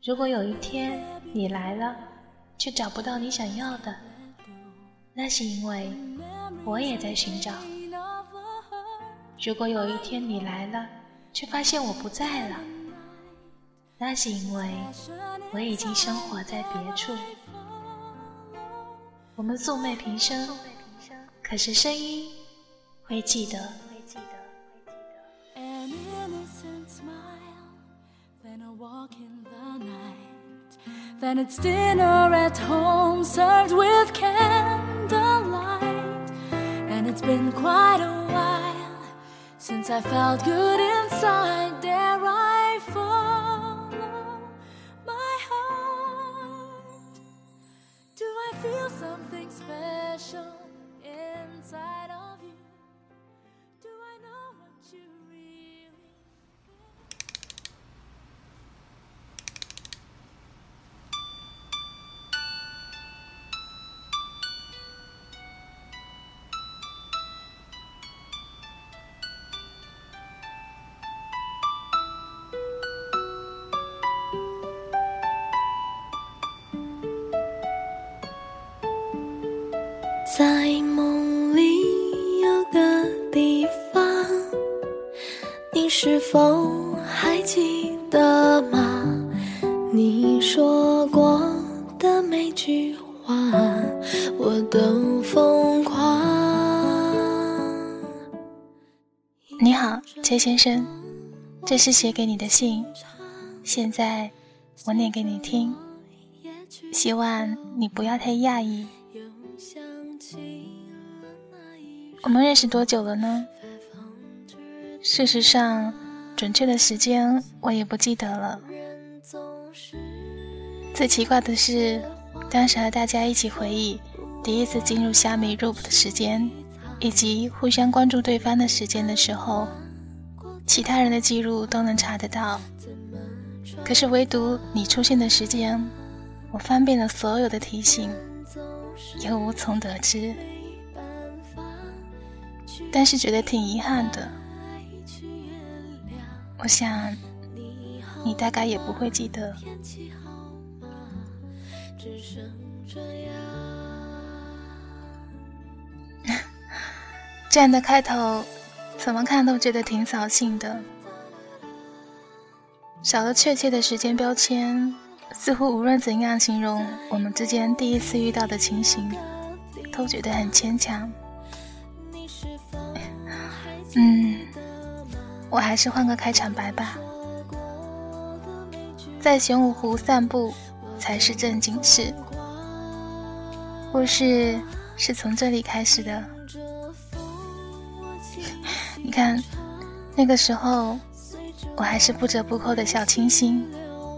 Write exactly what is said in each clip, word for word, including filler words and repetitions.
如果有一天你来了，却找不到你想要的，那是因为我也在寻找。如果有一天你来了，却发现我不在了，那是因为我已经生活在别处。我们素昧平生，可是声音会记得。An innocent smile, then a walk in the night, then it's dinner at home served with candlelight. And it's been quite a while since I felt good inside. Dare I follow my heart? Do I feel something special inside of you? Do I know what you really feel? 在梦里有个地方，你是否还记得吗？你说过的每句话，我都疯狂。 你好，崔先生，这是写给你的信，现在我念给你听，希望你不要太讶异。我们认识多久了呢？事实上，准确的时间我也不记得了。最奇怪的是，当时和大家一起回忆第一次进入虾米 group 的时间，以及互相关注对方的时间的时候，其他人的记录都能查得到，可是唯独你出现的时间，我翻遍了所有的提醒，也无从得知。但是觉得挺遗憾的，我想你大概也不会记得。这样的开头怎么看都觉得挺扫兴的，少了确切的时间标签，似乎无论怎样形容我们之间第一次遇到的情形，都觉得很牵强。嗯，我还是换个开场白吧。在玄武湖散步才是正经事，故事是从这里开始的。你看，那个时候我还是不折不扣的小清新。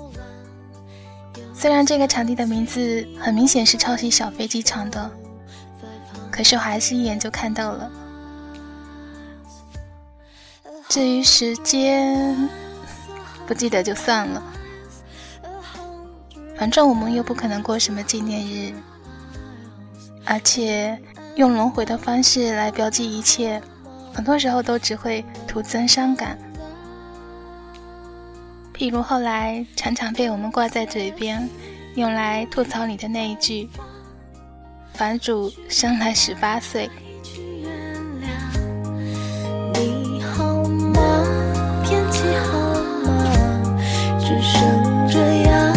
虽然这个场地的名字很明显是抄袭小飞机场的，可是我还是一眼就看到了。至于时间，不记得就算了，反正我们又不可能过什么纪念日，而且用轮回的方式来标记一切，很多时候都只会徒增伤感。譬如后来常常被我们挂在嘴边，用来吐槽你的那一句，房主生来十八岁。 你好吗？天气好吗？只剩这样。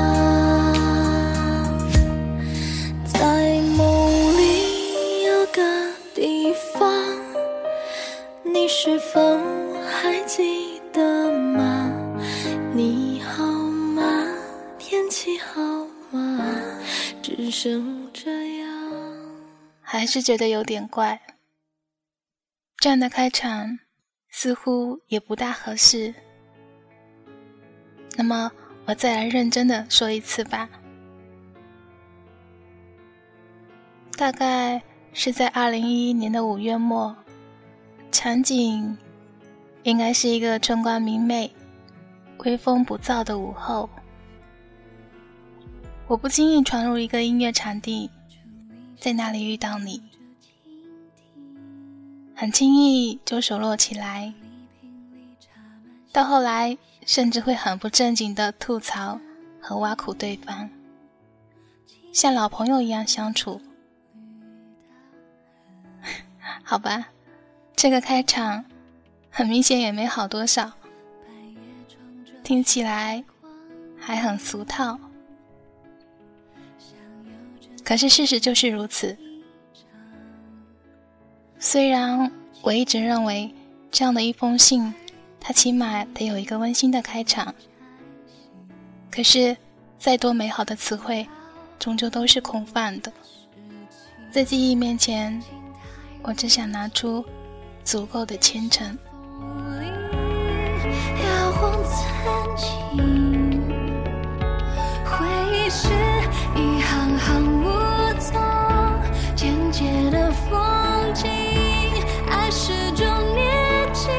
在梦里有个地方，你是否还记得吗？你好吗？天气好吗？只剩这样。 还是觉得有点怪，这样的开场似乎也不大合适。那么我再来认真的说一次吧。大概是在二零一一年的五月末，场景应该是一个春光明媚、微风不燥的午后。我不经意闯入一个音乐场地，在那里遇到你，很轻易就熟络起来，到后来甚至会很不正经地吐槽和挖苦对方，像老朋友一样相处。好吧，这个开场很明显也没好多少，听起来还很俗套。可是事实就是如此。虽然我一直认为这样的一封信，它起码得有一个温馨的开场，可是再多美好的词汇终究都是空泛的。在记忆面前，我只想拿出足够的虔诚。 摇晃曾经，回忆是一行行无踪简洁的风景，爱是种宁静。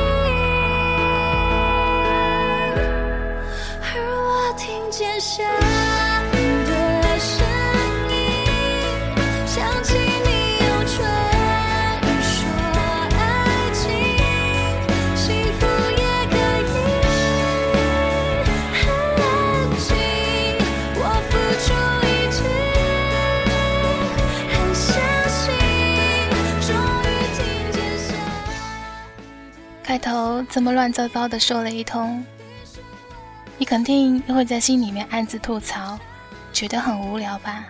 而我听见下雨的声音，想起你用唇语说爱情，幸福也可以很安静。我付出一切，很相信，终于听见下雨的。 开头这么乱糟糟的说了一通，你肯定又会在心里面暗自吐槽，觉得很无聊吧？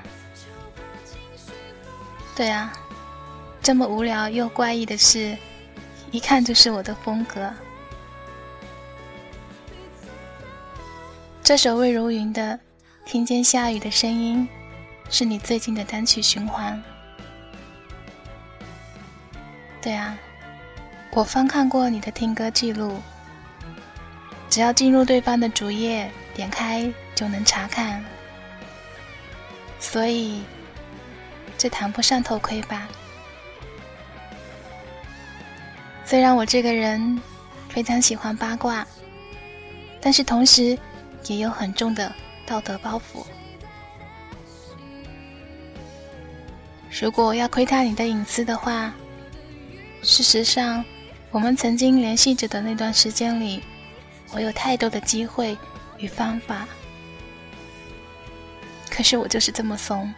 对啊，这么无聊又怪异的事，一看就是我的风格。这首魏如云的《听见下雨的声音》是你最近的单曲循环。对啊，我翻看过你的听歌记录，只要进入对方的主页，点开就能查看，所以这谈不上偷窥吧。虽然我这个人非常喜欢八卦，但是同时也有很重的道德包袱。如果要窥探你的隐私的话，事实上我们曾经联系着的那段时间里，我有太多的机会与方法，可是我就是这么怂。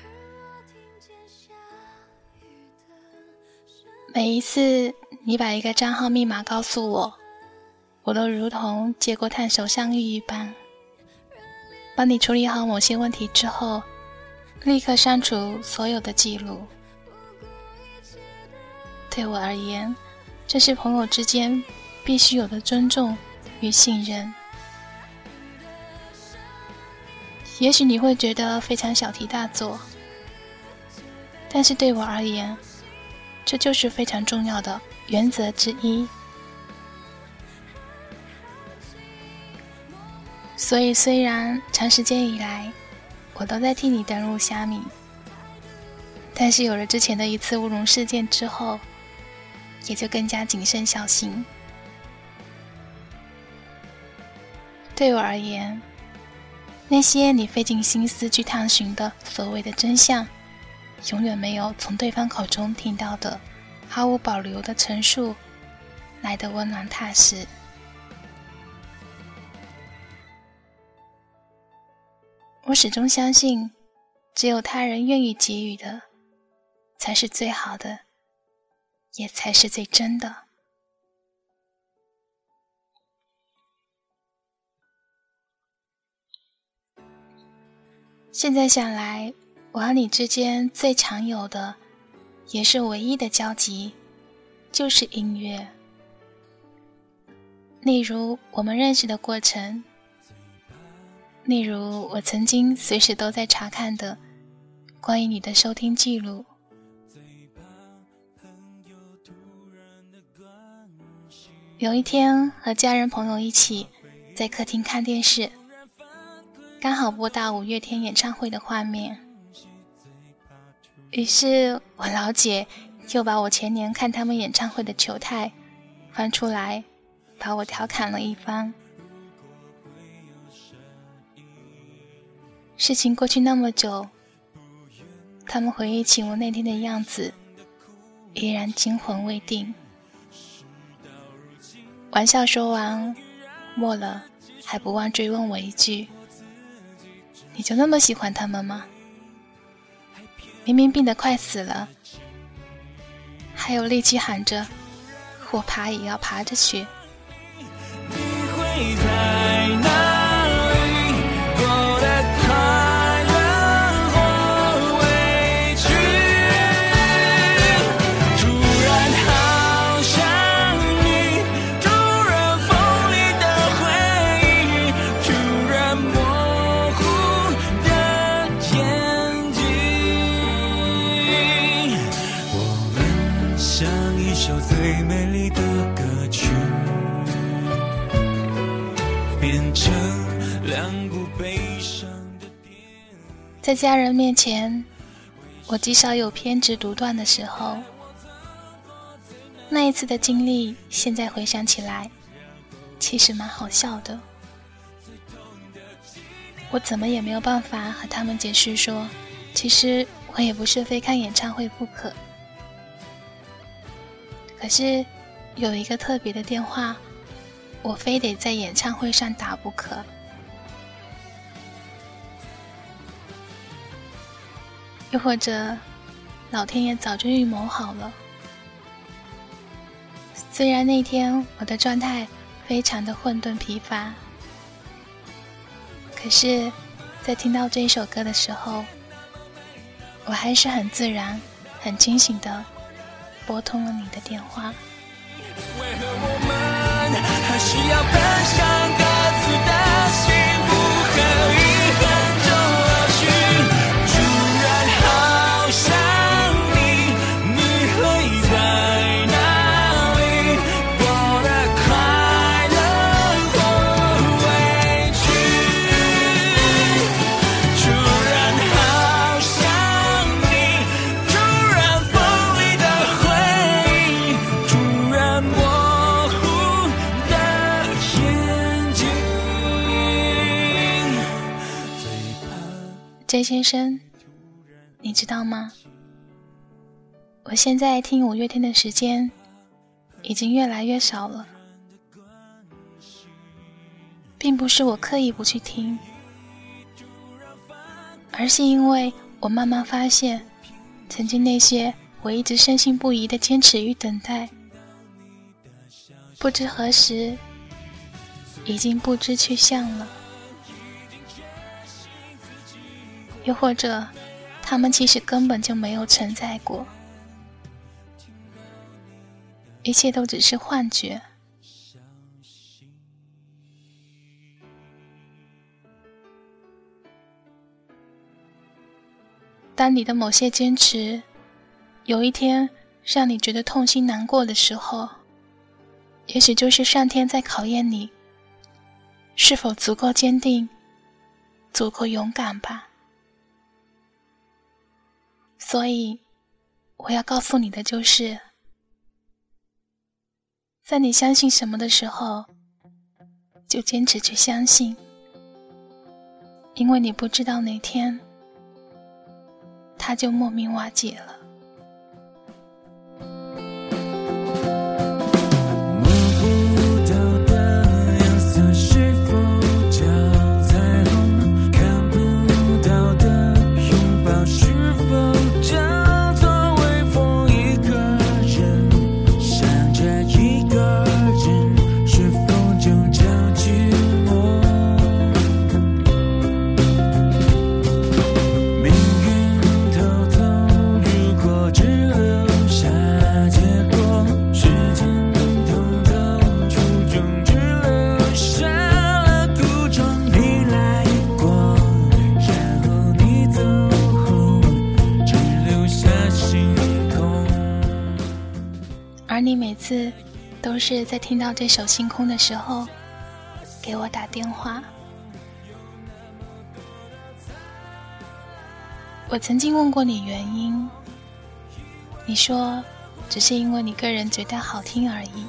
每一次你把一个账号密码告诉我，我都如同接过探手相遇一般，帮你处理好某些问题之后，立刻删除所有的记录。对我而言，这是朋友之间必须有的尊重与信任。也许你会觉得非常小题大做，但是对我而言，这就是非常重要的原则之一。所以虽然长时间以来我都在替你登录虾米，但是有了之前的一次乌龙事件之后，也就更加谨慎小心。对我而言，那些你费尽心思去探寻的所谓的真相，永远没有从对方口中听到的毫无保留的陈述来得温暖踏实。我始终相信，只有他人愿意给予的，才是最好的，也才是最真的。现在想来，我和你之间最常有的，也是唯一的交集，就是音乐。例如我们认识的过程，例如我曾经随时都在查看的关于你的收听记录。有一天和家人朋友一起在客厅看电视，刚好播到五月天演唱会的画面，于是我老姐又把我前年看他们演唱会的球态翻出来，把我调侃了一番。事情过去那么久，他们回忆起我那天的样子，依然惊魂未定。玩笑说完，末了还不忘追问我一句： 你就那么喜欢他们吗？明明病得快死了，还有力气喊着我爬也要爬着去。 你会在哪里过得快乐或委屈？突然好想你，突然锋利的回忆，突然模糊的眼睛。我们像一首最美丽的歌曲，变成两部悲伤的电影。 在家人面前，我极少有偏执独断的时候。那一次的经历，现在回想起来，其实蛮好笑的。我怎么也没有办法和他们解释说，其实我也不是非看演唱会不可。可是有一个特别的电话，我非得在演唱会上打不可。又或者老天爷早就预谋好了。虽然那天我的状态非常的混沌疲乏，可是在听到这首歌的时候，我还是很自然很清醒的拨通了你的电话。 为何我们还是要奔向各自的幸福和遗憾中而去？突然好想你，你会在哪里过得快乐或委屈？突然好想你，突然锋利的回忆，突然模糊的眼睛。 J 先生，你知道吗？我现在听五月天的时间已经越来越少了，并不是我刻意不去听，而是因为我慢慢发现，曾经那些我一直深信不疑的坚持与等待，不知何时已经不知去向了。又或者他们其实根本就没有存在过，一切都只是幻觉。当你的某些坚持有一天让你觉得痛心难过的时候，也许就是上天在考验你是否足够坚定，足够勇敢吧。所以我要告诉你的就是，在你相信什么的时候，就坚持去相信，因为你不知道哪天它就莫名瓦解了。而你每次都是在听到这首《星空》的时候给我打电话。我曾经问过你原因，你说只是因为你个人觉得好听而已，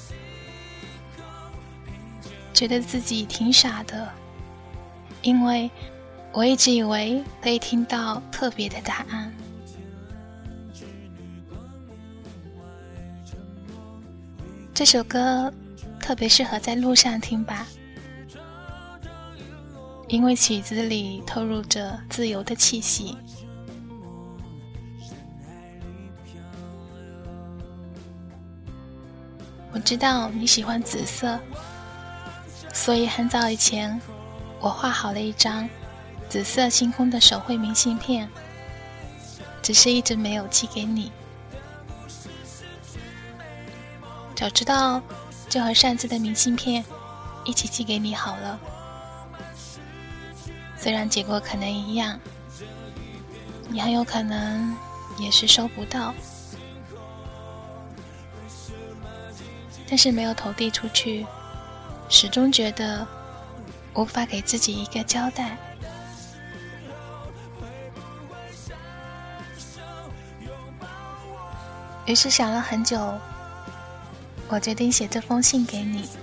觉得自己挺傻的，因为我一直以为可以听到特别的答案。这首歌特别适合在路上听吧， 因为曲子里透露着自由的气息。我知道你喜欢紫色，所以很早以前我画好了一张紫色星空的手绘明信片，只是一直没有寄给你。早知道就和上次的明信片一起寄给你好了，虽然结果可能一样，你很有可能也是收不到，但是没有投递出去，始终觉得无法给自己一个交代。于是想了很久，我决定写这封信给你。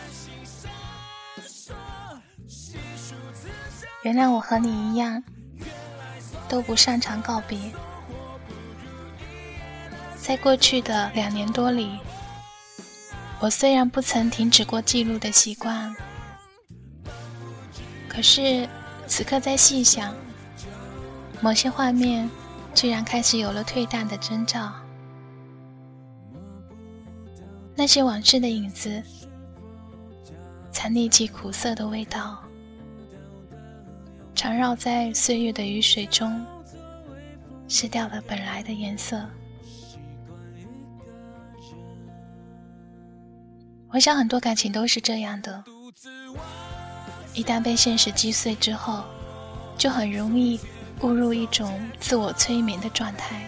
原谅我和你一样，都不擅长告别。在过去的两年多里，我虽然不曾停止过记录的习惯，可是此刻再细想，某些画面居然开始有了退淡的征兆。那些往事的影子，曾溺起苦涩的味道，缠绕在岁月的雨水中，失掉了本来的颜色。我想很多感情都是这样的，一旦被现实击碎之后，就很容易误入一种自我催眠的状态。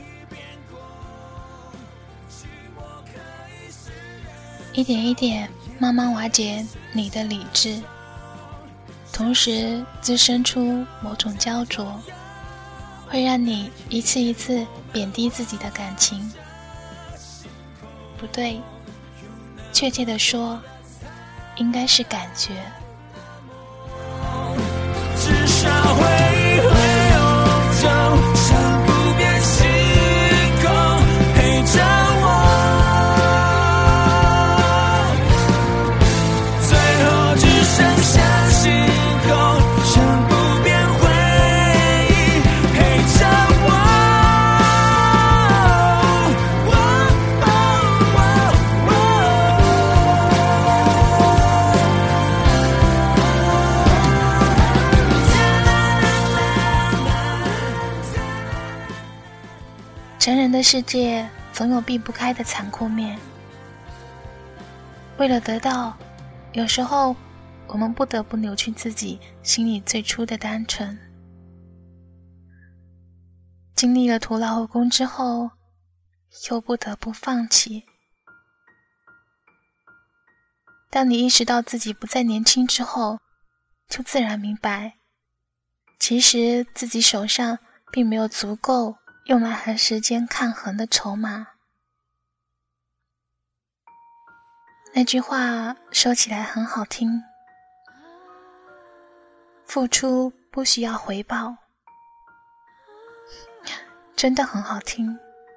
一点一点慢慢瓦解你的理智，同时滋生出某种焦灼，会让你一次一次贬低自己的感情。不对，确切地说，应该是感觉。 至少会会有种像不变星空陪着我，最后只剩下星空像不变回忆陪着我。 成人的世界总有避不开的残酷面，为了得到，有时候我们不得不扭曲自己心里最初的单纯。经历了徒劳无功之后，又不得不放弃。当你意识到自己不再年轻之后，就自然明白，其实自己手上并没有足够用来和时间抗衡的筹码。那句话说起来很好听，付出不需要回报，真的很好听。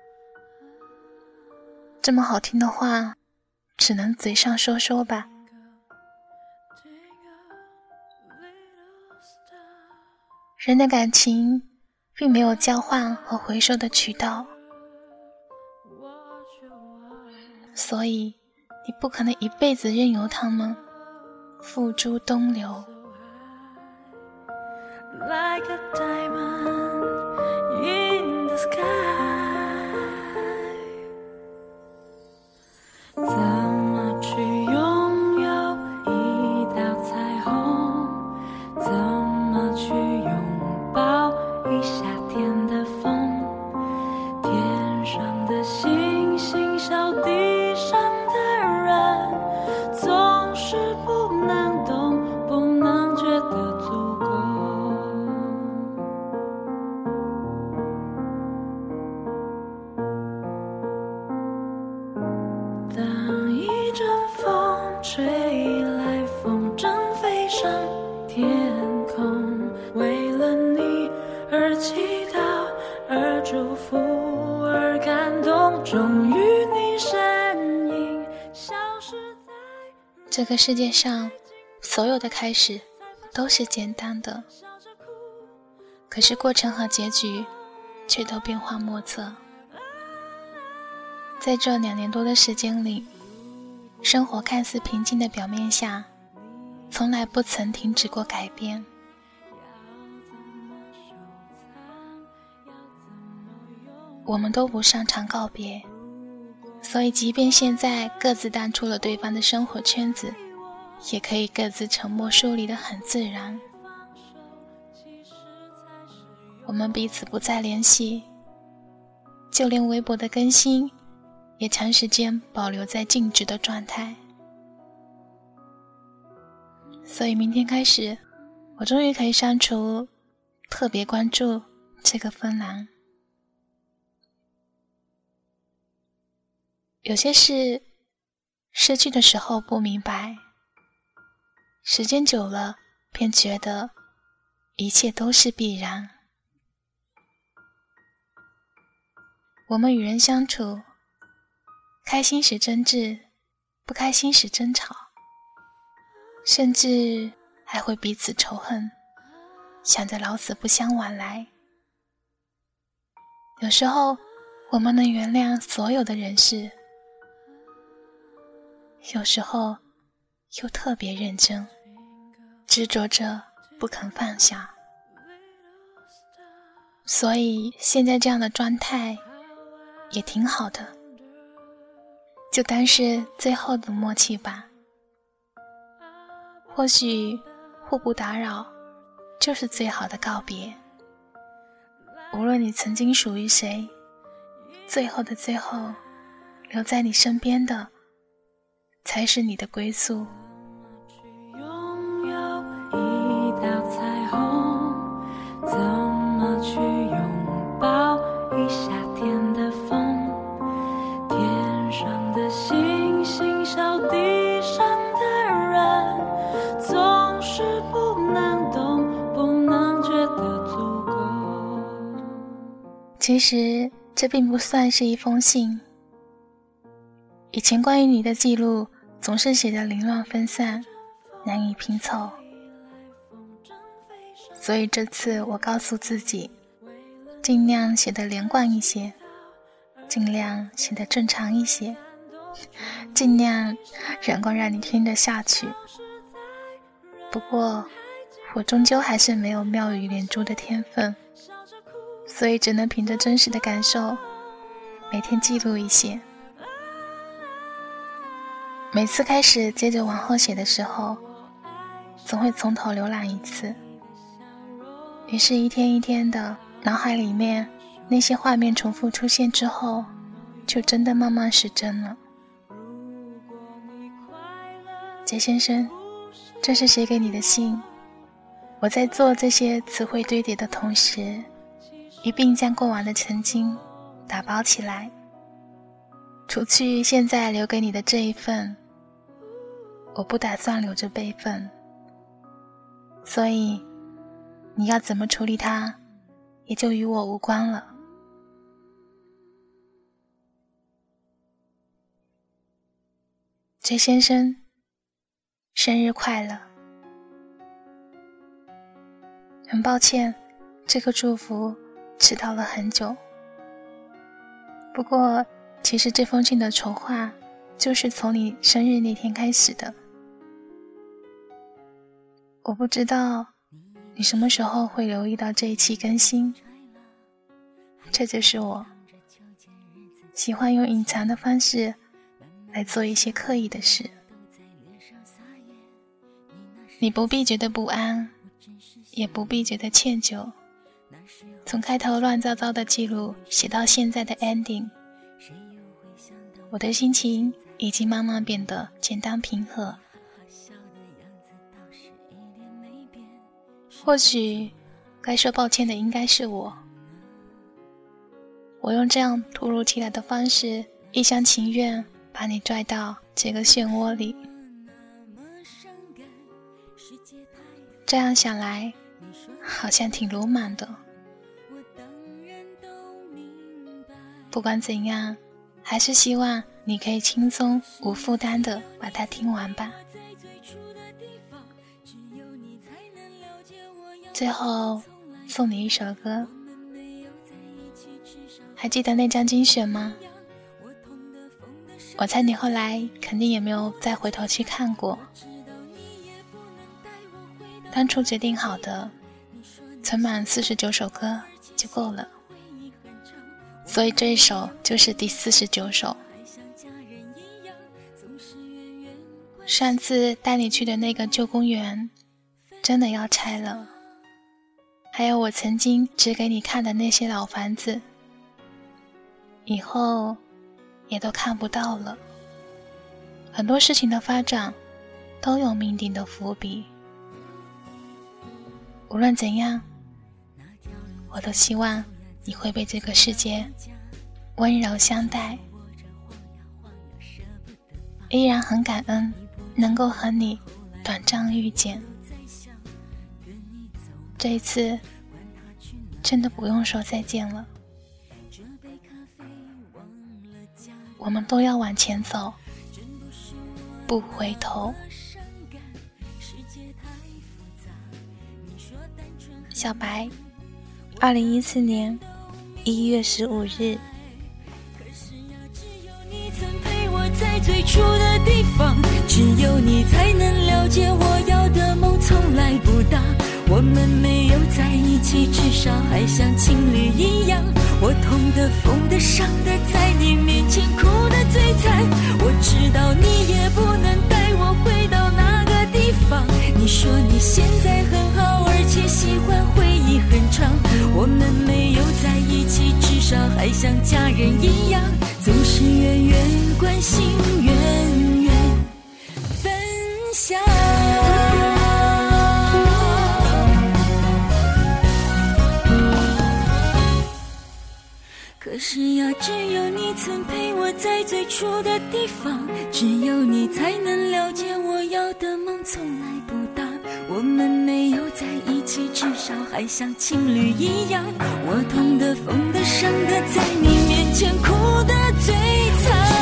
这么好听的话，只能嘴上说说吧。人的感情并没有交换和回收的渠道，所以你不可能一辈子任由他们付诸东流。 Like a diamond in the sky， 怎么去拥有一道彩虹，怎么去拥抱一夏天的风，天上的星星，小地上的人，总是不能懂，不能觉得足够。当一阵风吹来，风筝飞上天空，为了你而祈祷，而祝福，而感动，终于你身影消失在这个世界上所有的开始都是简单的，可是过程和结局却都变化莫测。在这两年多的时间里，生活看似平静的表面下，从来不曾停止过改变。我们都不擅长告别，所以即便现在各自淡出了对方的生活圈子，也可以各自沉默疏离得很自然。我们彼此不再联系，就连微博的更新也长时间保留在静止的状态。所以明天开始，我终于可以删除特别关注这个分栏。有些事失去的时候不明白，时间久了便觉得一切都是必然。我们与人相处，开心时争执，不开心时争吵，甚至还会彼此仇恨，想着老死不相往来。有时候我们能原谅所有的人事，有时候又特别认真，执着着不肯放下。所以现在这样的状态也挺好的，就当是最后的默契吧。或许互不打扰就是最好的告别。无论你曾经属于谁，最后的最后，留在你身边的才是你的归宿。 拥有一道彩虹，怎么去拥抱一夏天的风？天上的星星，小地上的人，总是不能懂，不能觉得足够。 其实这并不算是一封信，以前关于你的记录总是写得凌乱分散，难以拼凑，所以这次我告诉自己，尽量写得连贯一些，尽量写得正常一些，尽量能够让你听得下去。不过我终究还是没有妙语连珠的天分，所以只能凭着真实的感受每天记录一些。每次开始接着往后写的时候，总会从头浏览一次，于是一天一天的，脑海里面那些画面重复出现之后，就真的慢慢是真了。杰先生，这是写给你的信。我在做这些词汇堆叠的同时，一并将过往的曾经打包起来，除去现在留给你的这一份，我不打算留着备份，所以你要怎么处理它，也就与我无关了。J 先生，生日快乐！很抱歉，这个祝福迟到了很久。不过，其实这封信的筹划就是从你生日那天开始的。我不知道你什么时候会留意到这一期更新，这就是我喜欢用隐藏的方式来做一些刻意的事。你不必觉得不安，也不必觉得歉疚。从开头乱糟糟的记录写到现在的 ending， 我的心情已经慢慢变得简单平和。或许该说抱歉的应该是我，我用这样突如其来的方式，一厢情愿把你拽到这个漩涡里。这样想来，好像挺鲁莽的。不管怎样，还是希望你可以轻松无负担地把它听完吧。 最后送你一首歌，还记得那张精选吗？我猜你后来肯定也没有再回头去看过。当初决定好的存满四十九首歌就够了，所以这一首就是第四十九首。上次带你去的那个旧公园真的要拆了，还有我曾经指给你看的那些老房子，以后也都看不到了。很多事情的发展都有命定的伏笔，无论怎样，我都希望你会被这个世界温柔相待。依然很感恩能够和你短暂遇见，这一次真的不用说再见了，我们都要往前走，不回头。小白，二零一四年一月十五日。 在最初的地方，只有你才能了解我要的梦从来不大。我们没有在一起，至少还像情侣一样。我痛的、疯的、伤的，在你面前哭得最惨。我知道你也不能带我回到那个地方。你说你现在很好，而且喜欢回忆很长。我们没有在一起，至少还像家人一样，总是远远关心，远远分享。可是呀，只有你曾陪我在最初的地方，只有你才能了解我要的梦从来不大。我们没有在一起，至少还像情侣一样。我痛的、疯的、伤的，在你面前哭得最惨。